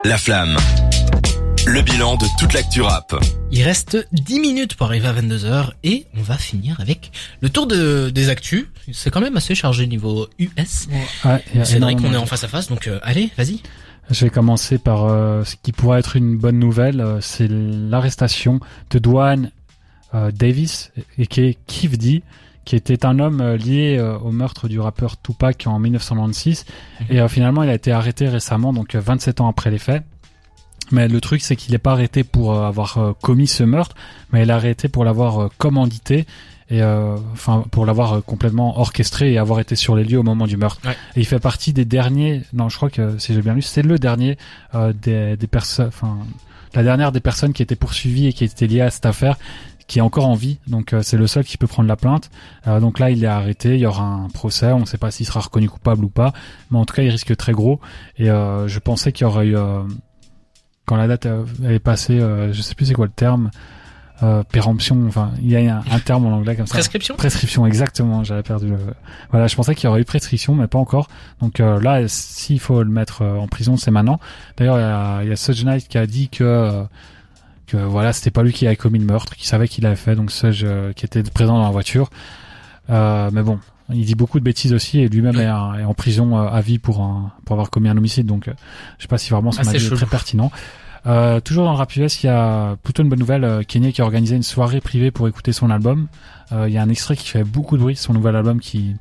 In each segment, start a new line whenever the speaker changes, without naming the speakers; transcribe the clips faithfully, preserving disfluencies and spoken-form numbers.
La Flamme. Le bilan de toute l'actu rap.
Il reste dix minutes pour arriver à vingt-deux heures et on va finir avec le tour de, des actus. C'est quand même assez chargé niveau U S.
Ouais,
c'est vrai qu'on est en face à face, donc euh, allez, vas-y.
Je vais commencer par euh, ce qui pourrait être une bonne nouvelle, euh, c'est l'arrestation de Dwan euh, Davis, et qui est Kef D, qui était un homme euh, lié euh, au meurtre du rappeur Tupac en dix-neuf cent quatre-vingt-six. Mmh. Et euh, finalement, il a été arrêté récemment, donc euh, vingt-sept ans après les faits. Mais le truc, c'est qu'il n'est pas arrêté pour euh, avoir euh, commis ce meurtre, mais il est arrêté pour l'avoir euh, commandité, et euh, enfin pour l'avoir euh, complètement orchestré et avoir été sur les lieux au moment du meurtre. Ouais. Et il fait partie des derniers. Non, je crois que si j'ai bien lu, c'est le dernier euh, des, des personnes. Enfin, la dernière des personnes qui étaient poursuivies et qui étaient liées à cette affaire, qui est encore en vie. Donc euh, c'est le seul qui peut prendre la plainte. Euh, donc là, il est arrêté. Il y aura un procès. On ne sait pas s'il sera reconnu coupable ou pas, mais en tout cas, il risque très gros. Et euh, je pensais qu'il y aurait eu euh, quand la date est passée, euh, je sais plus c'est quoi le terme. Euh, péremption, enfin, il y a un, un terme en anglais comme ça.
Prescription.
Prescription, exactement. J'avais perdu le. Voilà, je pensais qu'il y aurait eu prescription, mais pas encore. Donc euh, là, s'il faut le mettre euh, en prison, c'est maintenant. D'ailleurs, il y a, il y a Suge Knight qui a dit que euh, que voilà, c'était pas lui qui avait commis le meurtre, qu'il savait qu'il l'avait fait. Donc Suge euh, qui était présent dans la voiture. Euh, mais bon, il dit beaucoup de bêtises aussi, et lui-même est, un, est en prison euh, à vie pour un, pour avoir commis un homicide. Donc, euh, je sais pas si vraiment son avis est très pertinent. Euh, toujours dans le rap U S, il y a plutôt une bonne nouvelle. euh, Kanye qui a organisé une soirée privée pour écouter son album. Euh, il y a un extrait qui fait beaucoup de bruit, son nouvel album qui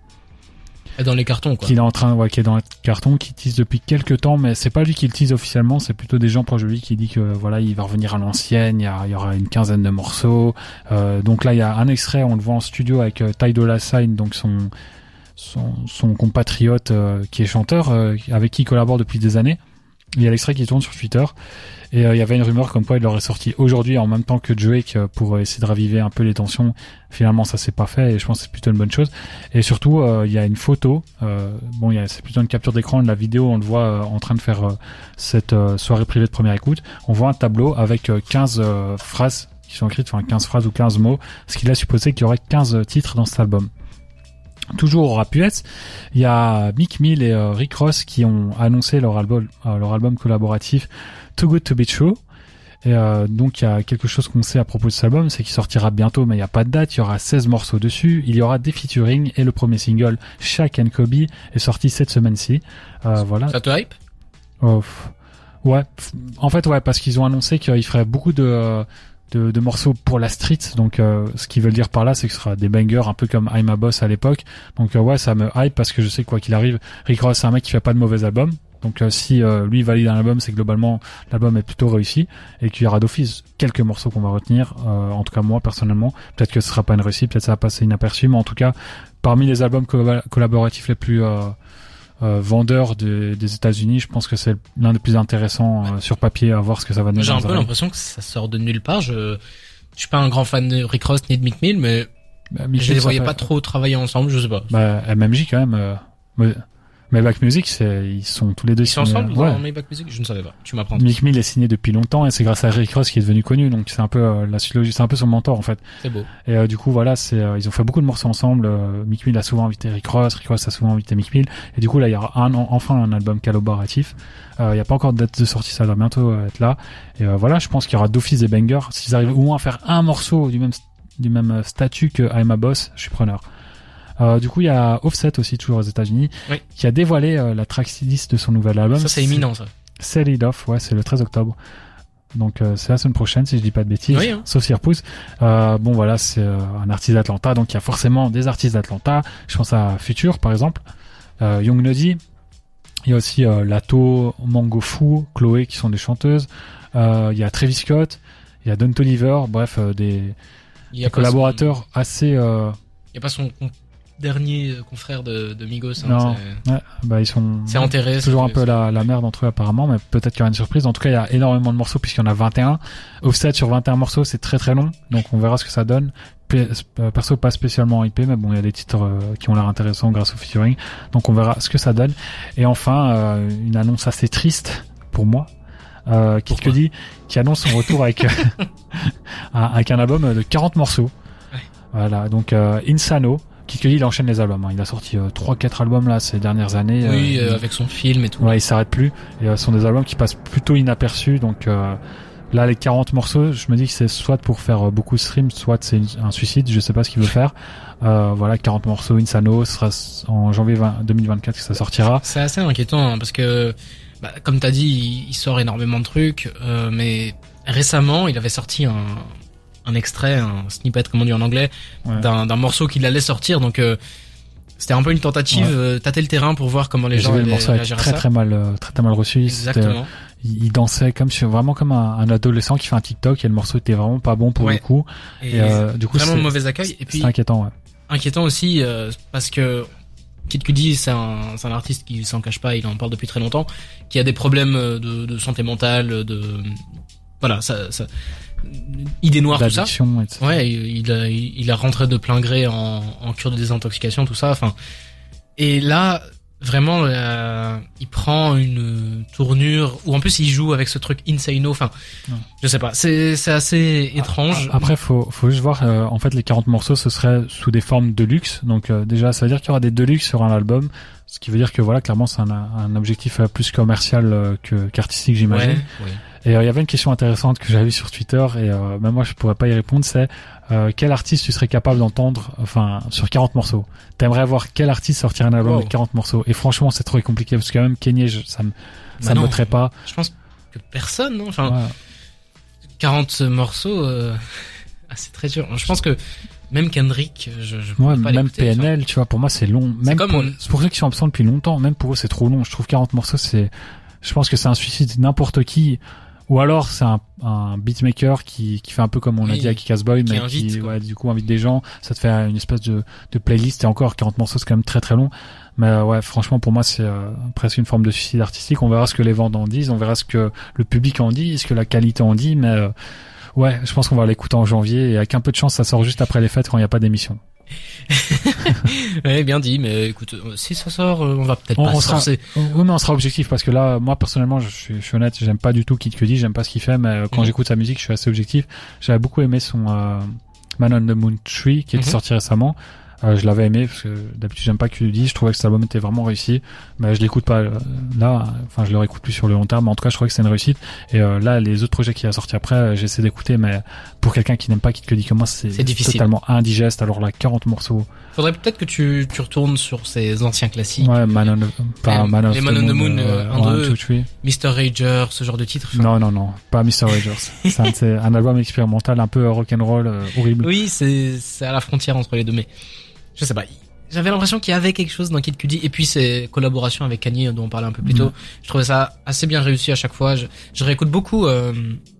est dans les cartons, quoi.
Qu'il est en train, ouais, qui est dans les cartons, qui tease depuis quelques temps, mais c'est pas lui qui le tease officiellement, c'est plutôt des gens proches de lui qui dit que voilà, il va revenir à l'ancienne. Il y, a, il y aura une quinzaine de morceaux. Euh, donc là, il y a un extrait, on le voit en studio avec euh, Ty Dolla Sign, donc son son, son compatriote euh, qui est chanteur, euh, avec qui il collabore depuis des années. Il y a l'extrait qui tourne sur Twitter. Et euh, il y avait une rumeur comme quoi il l'aurait sorti aujourd'hui en même temps que Drake euh, pour essayer de raviver un peu les tensions. Finalement, ça s'est pas fait, et je pense que c'est plutôt une bonne chose. Et surtout, euh, il y a une photo. Euh, bon, il y a, c'est plutôt une capture d'écran de la vidéo. On le voit euh, en train de faire euh, cette euh, soirée privée de première écoute. On voit un tableau avec euh, quinze euh, phrases qui sont écrites, enfin quinze phrases ou quinze mots, ce qui laisse supposer qu'il y aurait quinze titres dans cet album. Toujours au rap U S, il y a Meek Mill et euh, Rick Ross qui ont annoncé leur album, euh, leur album collaboratif Too Good to Be True. Et euh, donc il y a quelque chose qu'on sait à propos de cet album, c'est qu'il sortira bientôt, mais il n'y a pas de date. Il y aura seize morceaux dessus, il y aura des featuring, et le premier single Shaq and Kobe est sorti cette semaine-ci. Euh, voilà.
Ça te hype?
Oh, ouais, en fait ouais, parce qu'ils ont annoncé qu'ils feraient beaucoup de euh, De, de morceaux pour la street, donc euh, ce qu'ils veulent dire par là, c'est que ce sera des bangers un peu comme I'm a Boss à l'époque. Donc euh, ouais, ça me hype parce que je sais que quoi qu'il arrive, Rick Ross c'est un mec qui fait pas de mauvais albums. Donc euh, si euh, lui valide un album, c'est que globalement l'album est plutôt réussi, et qu'il y aura d'office quelques morceaux qu'on va retenir. Euh, en tout cas moi personnellement, peut-être que ce sera pas une réussite, peut-être ça va passer inaperçu, mais en tout cas parmi les albums co- collaboratifs les plus euh, Euh, vendeur de, des États-Unis, je pense que c'est l'un des plus intéressants euh, sur papier, à voir ce que ça va donner.
J'ai un peu l'impression que ça sort de nulle part. Je, je suis pas un grand fan de Rick Ross ni de Meek Mill, mais bah, Mick je les voyais fait... pas trop travailler ensemble, je sais pas.
Bah, M M J quand même. Euh, mais... Maybach Music, c'est, ils sont tous les deux
ils sont
signés.
ensemble,
ouais.
Dans Maybach Music, je ne savais pas. Tu m'apprends.
Meek Mill est signé depuis longtemps, et c'est grâce à Rick Ross qui est devenu connu. Donc c'est un peu euh, la psychologie, c'est un peu son mentor en fait.
C'est beau.
Et euh, du coup voilà, c'est euh, ils ont fait beaucoup de morceaux ensemble. Euh, Meek Mill a souvent invité Rick Ross, Rick Ross a souvent invité Meek Mill. Et du coup là, il y aura un, enfin un album collaboratif. Il euh, y a pas encore de date de sortie, ça doit bientôt euh, être là. Et euh, voilà, je pense qu'il y aura d'office des bangers. S'ils arrivent au moins à faire un morceau du même du même statut que I'm a Boss, je suis preneur. Euh, du coup, il y a Offset aussi, toujours aux États-Unis, oui, qui a dévoilé euh, la tracklist de son nouvel album.
Ça, c'est imminent, ça.
Set It Off, ouais, c'est le treize octobre. Donc, euh, c'est la semaine prochaine, si je dis pas de bêtises.
Oui, hein.
Sauf s'il repousse. Euh, bon, voilà, c'est euh, un artiste d'Atlanta, donc il y a forcément des artistes d'Atlanta. Je pense à Future, par exemple. Euh, Young Nuddy. Il y a aussi euh, Lato, Mango Fu, Chloé, qui sont des chanteuses. Euh, il y a Travis Scott. Il y a Don Toliver. Bref, euh, des, des collaborateurs son... assez... Euh...
Il n'y a pas son... dernier confrère de, de Migos. Hein,
non,
c'est...
Ouais, bah ils sont
c'est enterré,
toujours
c'est...
un peu la, la merde entre eux apparemment, mais peut-être qu'il y aura une surprise. En tout cas, il y a énormément de morceaux puisqu'il y en a vingt et un. Offset sur vingt et un morceaux, c'est très très long, donc on verra ce que ça donne. Perso, pas spécialement hypé, mais bon, il y a des titres euh, qui ont l'air intéressants grâce au featuring, donc on verra ce que ça donne. Et enfin, euh, une annonce assez triste pour moi. Euh, Kid Cudi qui annonce son retour avec avec un album de quarante morceaux. Ouais. Voilà, donc euh, Insano, Kid Cudi, il enchaîne les albums. Hein. Il a sorti euh, trois quatre albums là ces dernières années.
Oui,
euh,
euh, avec son film et tout.
Ouais, il s'arrête plus. Et euh, ce sont des albums qui passent plutôt inaperçus. Donc euh, là, les quarante morceaux, je me dis que c'est soit pour faire euh, beaucoup de streams, soit c'est une, un suicide. Je sais pas ce qu'il veut faire. Euh, voilà, quarante morceaux, Insano, ce sera en janvier deux mille vingt-quatre que ça sortira.
C'est assez inquiétant hein, parce que, bah, comme t'as dit, il, il sort énormément de trucs. Euh, mais récemment, il avait sorti un un extrait, un snippet, comme on dit en anglais, ouais. d'un, d'un morceau qu'il allait sortir. Donc euh, c'était un peu une tentative, ouais. euh, tâter le terrain pour voir comment les
et
gens allaient
réagir à ça. Très très mal, euh, très très mal reçu.
Exactement.
Il, il dansait comme sur, vraiment comme un, un adolescent qui fait un TikTok et le morceau était vraiment pas bon pour ouais. le coup.
Et, et euh, du coup, vraiment c'est, mauvais accueil. Et puis
c'est inquiétant. Ouais.
Inquiétant aussi euh, parce que Kid Cudi, c'est un, c'est un artiste qui s'en cache pas, il en parle depuis très longtemps, qui a des problèmes de, de santé mentale, de voilà, ça, ça idées noires, tout ça. Ouais, il a, il a rentré de plein gré en, en cure de désintoxication, tout ça. Enfin, et là, vraiment, euh, il prend une tournure où en plus il joue avec ce truc Insano. Enfin, ouais. je sais pas, c'est c'est assez étrange.
Après, faut faut juste voir. Euh, en fait, les quarante morceaux, ce serait sous des formes de luxe. Donc euh, déjà, ça veut dire qu'il y aura des deluxe sur un album. Ce qui veut dire que voilà, clairement, c'est un, un objectif plus commercial euh, que qu'artistique, j'imagine. Ouais, ouais. Et il euh, y avait une question intéressante que j'avais vue sur Twitter et euh, même moi je pourrais pas y répondre, c'est euh, quel artiste tu serais capable d'entendre enfin sur quarante morceaux. T'aimerais voir quel artiste sortir un album wow. de quarante morceaux. Et franchement, c'est trop compliqué parce que même Kanye, je, ça me ça bah me botterait pas.
Je pense que personne, non enfin ouais. quarante morceaux euh... ah, c'est très dur. Je pense que même Kendrick, je, je
ouais,
pas
même P N L, tu vois, pour moi c'est long. Même c'est comme pour, c'est pour ceux qui sont absents depuis longtemps, même pour eux c'est trop long. Je trouve quarante morceaux, c'est, je pense que c'est un suicide n'importe qui. Ou alors c'est un, un beatmaker qui, qui fait un peu comme on oui, a dit à Kick-Ass Boy, mais qui, invite, qui ouais, du coup invite des gens, ça te fait une espèce de, de playlist. Et encore quarante morceaux, c'est quand même très très long. Mais ouais, franchement pour moi c'est euh, presque une forme de suicide artistique. On verra ce que les ventes en disent, on verra ce que le public en dit, ce que la qualité en dit, mais euh, ouais, je pense qu'on va l'écouter en janvier et avec un peu de chance ça sort juste après les fêtes quand il n'y a pas d'émission.
Ouais, bien dit, mais écoute, si ça sort, on va peut-être on, pas
on
se
sera,
forcer.
Oui, mais on sera objectif parce que là, moi personnellement, je suis, je suis honnête, j'aime pas du tout Kid Cudi, j'aime pas ce qu'il fait, mais quand mm-hmm. j'écoute sa musique, je suis assez objectif. J'avais beaucoup aimé son euh, Man on the Moon Tree qui était mm-hmm. sorti récemment. Euh, je l'avais aimé parce que d'habitude j'aime pas Cudi, je trouvais que cet album était vraiment réussi, mais je l'écoute pas euh, là, enfin je le réécoute plus sur le long terme, mais en tout cas je trouvais que c'est une réussite. Et euh, là les autres projets qu'il a sortis après, euh, j'essaie d'écouter, mais pour quelqu'un qui n'aime pas Kid Cudi comme moi, c'est, c'est totalement indigeste. Alors là, quarante morceaux.
Faudrait peut-être que tu tu retournes sur ses anciens classiques.
Ouais, Man on the, pas Man on
les Man on the Moon, euh, un, deux,
two,
mister Rager, ce genre de titre.
Non non non, pas mister Rager. c'est, un, c'est un album expérimental un peu rock'n'roll euh, horrible.
Oui, c'est c'est à la frontière entre les deux, mais je sais pas. J'avais l'impression qu'il y avait quelque chose dans Kid Cudi, et puis ses collaborations avec Kanye dont on parlait un peu plus tôt. Mmh. Je trouvais ça assez bien réussi à chaque fois. Je, je réécoute beaucoup euh,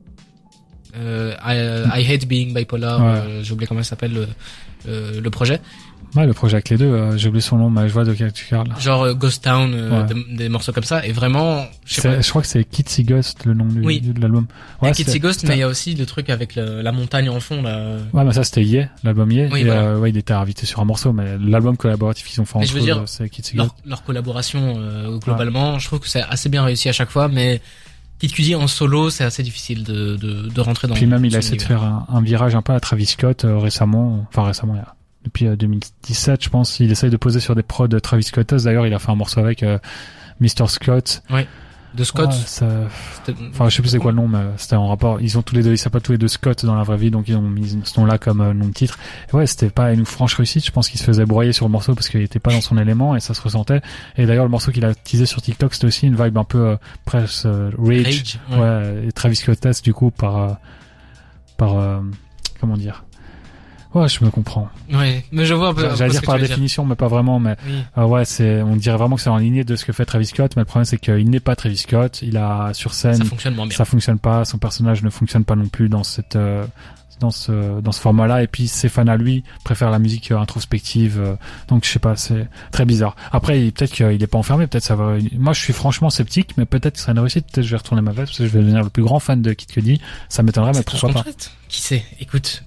euh, I, I Hate Being Bipolar. Ouais. Euh, j'ai oublié comment ça s'appelle le, euh, le projet.
Ouais, le projet avec les deux. Euh, j'ai oublié son nom, mais je vois de quel tu parles.
Genre euh, Ghost Town, euh, ouais. des, des morceaux comme ça. Et vraiment, je sais pas.
Je crois que c'est Kitsy Ghost le nom du,
oui.
de l'album.
Ouais, Kitsy Ghost, mais il y a aussi le truc avec le, la montagne en fond là.
Ouais, mais ça c'était Yeah, l'album Yeah.
Oui,
et
voilà.
euh, ouais, il était invité sur un morceau, mais l'album collaboratif qu'ils ont fait entre
eux, dire,
c'est Kitsy
leur,
Ghost.
Leur collaboration euh, globalement, ouais. je trouve que c'est assez bien réussi à chaque fois, mais Kid Cudi en solo, c'est assez difficile de de, de rentrer dans.
Puis même il a essayé de faire un, un virage un peu à Travis Scott euh, récemment, enfin récemment il y a depuis euh, deux mille dix-sept, je pense, il essaye de poser sur des prods de Travis Scott. D'ailleurs, il a fait un morceau avec euh, mister Scott.
Ouais. De Scott.
Ouais, ça... Enfin, je sais plus c'est quoi le nom, mais c'était en rapport. Ils ont tous les deux, ils s'appellent tous les deux Scott dans la vraie vie, donc ils ont mis ce nom-là comme euh, nom de titre. Et ouais, c'était pas une franche réussite. Je pense qu'il se faisait broyer sur le morceau parce qu'il était pas dans son élément et ça se ressentait. Et d'ailleurs, le morceau qu'il a teasé sur TikTok, c'était aussi une vibe un peu euh, presque euh, rage. rage ouais. ouais. Et Travis Scott du coup par euh, par euh, comment dire. Ouais, je me comprends.
Ouais, mais je vois un peu.
J'allais dire par définition, dire. mais pas vraiment. Mais oui. euh, ouais, c'est, on dirait vraiment que c'est en lignée de ce que fait Travis Scott. Mais le problème, c'est qu'il n'est pas Travis Scott. Il a sur scène,
ça fonctionne moins bien.
Ça fonctionne pas. Son personnage ne fonctionne pas non plus dans cette, euh, dans ce, dans ce format-là. Et puis ses fans à lui préfèrent la musique introspective. Euh, donc je sais pas, c'est très bizarre. Après, il, peut-être qu'il est pas enfermé. Peut-être ça va. Moi, je suis franchement sceptique, mais peut-être que ça serait une réussite. Peut-être que je vais retourner ma veste parce que je vais devenir le plus grand fan de Kid Cudi. Ça m'étonnerait, mais pourquoi pas.
Qui sait? Écoute.